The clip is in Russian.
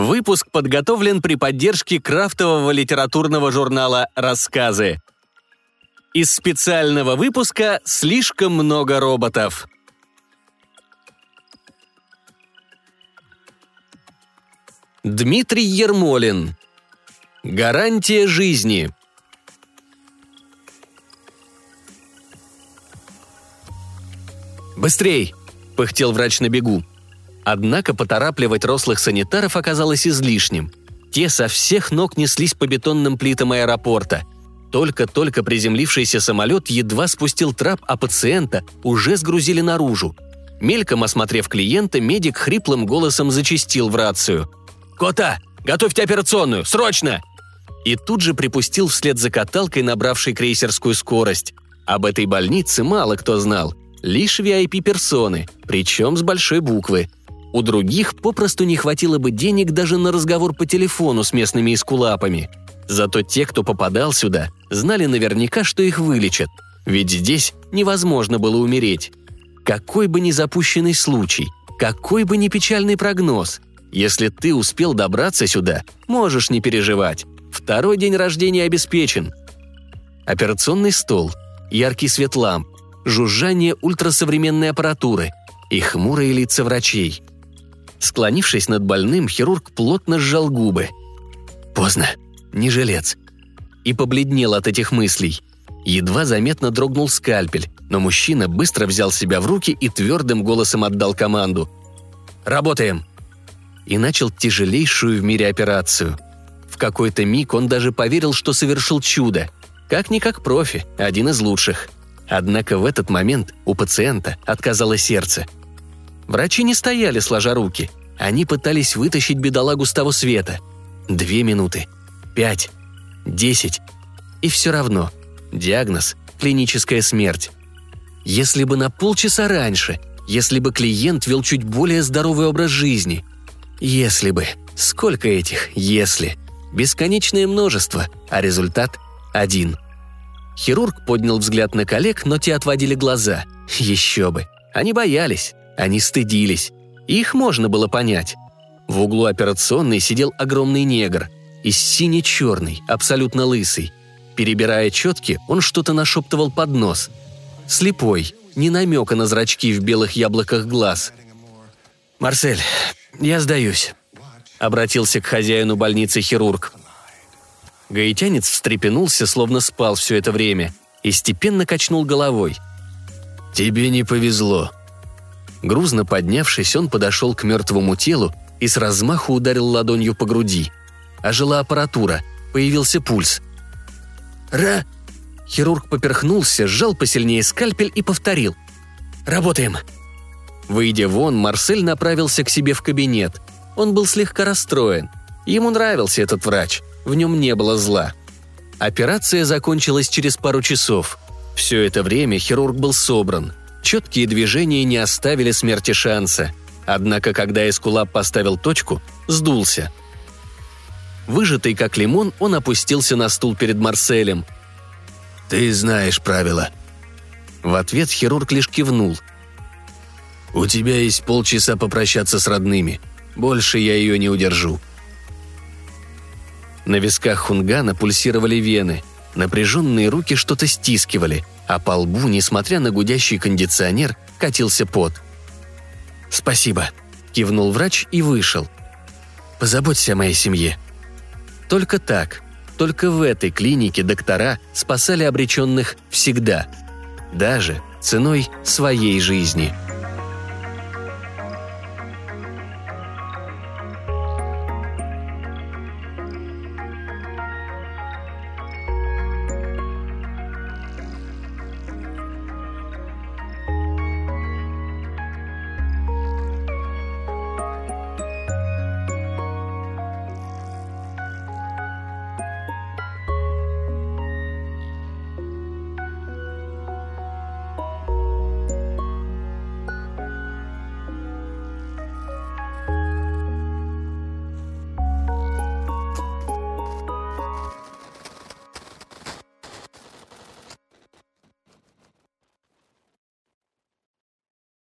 Выпуск подготовлен при поддержке крафтового литературного журнала «Рассказы». Из специального выпуска «Слишком много роботов». Дмитрий Ермолин. Гарантия жизни. «Быстрей!» – пыхтел врач на бегу. Однако поторапливать рослых санитаров оказалось излишним. Те со всех ног неслись по бетонным плитам аэропорта. Только-только приземлившийся самолет едва спустил трап, а пациента уже сгрузили наружу. Мельком осмотрев клиента, медик хриплым голосом зачастил в рацию. «Кота, готовьте операционную! Срочно!» И тут же припустил вслед за каталкой, набравшей крейсерскую скорость. Об этой больнице мало кто знал. Лишь VIP-персоны, причем с большой буквы. У других попросту не хватило бы денег даже на разговор по телефону с местными эскулапами. Зато те, кто попадал сюда, знали наверняка, что их вылечат. Ведь здесь невозможно было умереть. Какой бы ни запущенный случай, какой бы ни печальный прогноз, если ты успел добраться сюда, можешь не переживать. Второй день рождения обеспечен. Операционный стол, яркий свет ламп, жужжание ультрасовременной аппаратуры и хмурые лица врачей. Склонившись над больным, хирург плотно сжал губы. Поздно, не жилец. И побледнел от этих мыслей. Едва заметно дрогнул скальпель, но мужчина быстро взял себя в руки и твердым голосом отдал команду. «Работаем!» И начал тяжелейшую в мире операцию. В какой-то миг он даже поверил, что совершил чудо. Как-никак профи, один из лучших. Однако в этот момент у пациента отказало сердце. Врачи не стояли сложа руки. Они пытались вытащить бедолагу с того света. 2 минуты, 5, 10. И все равно. Диагноз – клиническая смерть. Если бы на полчаса раньше, если бы клиент вел чуть более здоровый образ жизни. Если бы. Сколько этих «если»? Бесконечное множество, а результат – один. Хирург поднял взгляд на коллег, но те отводили глаза. Еще бы. Они боялись, они стыдились. Их можно было понять. В углу операционной сидел огромный негр. И сине-черный, абсолютно лысый. Перебирая четки, он что-то нашептывал под нос. Слепой, ни намека на зрачки в белых яблоках глаз. «Марсель, я сдаюсь», — обратился к хозяину больницы хирург. Гаитянец встрепенулся, словно спал все это время, и степенно качнул головой. «Тебе не повезло». Грузно поднявшись, он подошел к мертвому телу и с размаху ударил ладонью по груди. Ожила аппаратура, появился пульс. «Ра!» Хирург поперхнулся, сжал посильнее скальпель и повторил. «Работаем!» Выйдя вон, Марсель направился к себе в кабинет. Он был слегка расстроен. Ему нравился этот врач, в нем не было зла. Операция закончилась через пару часов. Все это время хирург был собран. Четкие движения не оставили смерти шанса. Однако, когда эскулап поставил точку, сдулся. Выжатый как лимон, он опустился на стул перед Марселем. «Ты знаешь правила». В ответ хирург лишь кивнул. «У тебя есть полчаса попрощаться с родными. Больше я ее не удержу». На висках Хунгана пульсировали вены. Напряженные руки что-то стискивали, а по лбу, несмотря на гудящий кондиционер, катился пот. «Спасибо», – кивнул врач и вышел. «Позаботься о моей семье». Только так, только в этой клинике доктора спасали обреченных всегда, даже ценой своей жизни.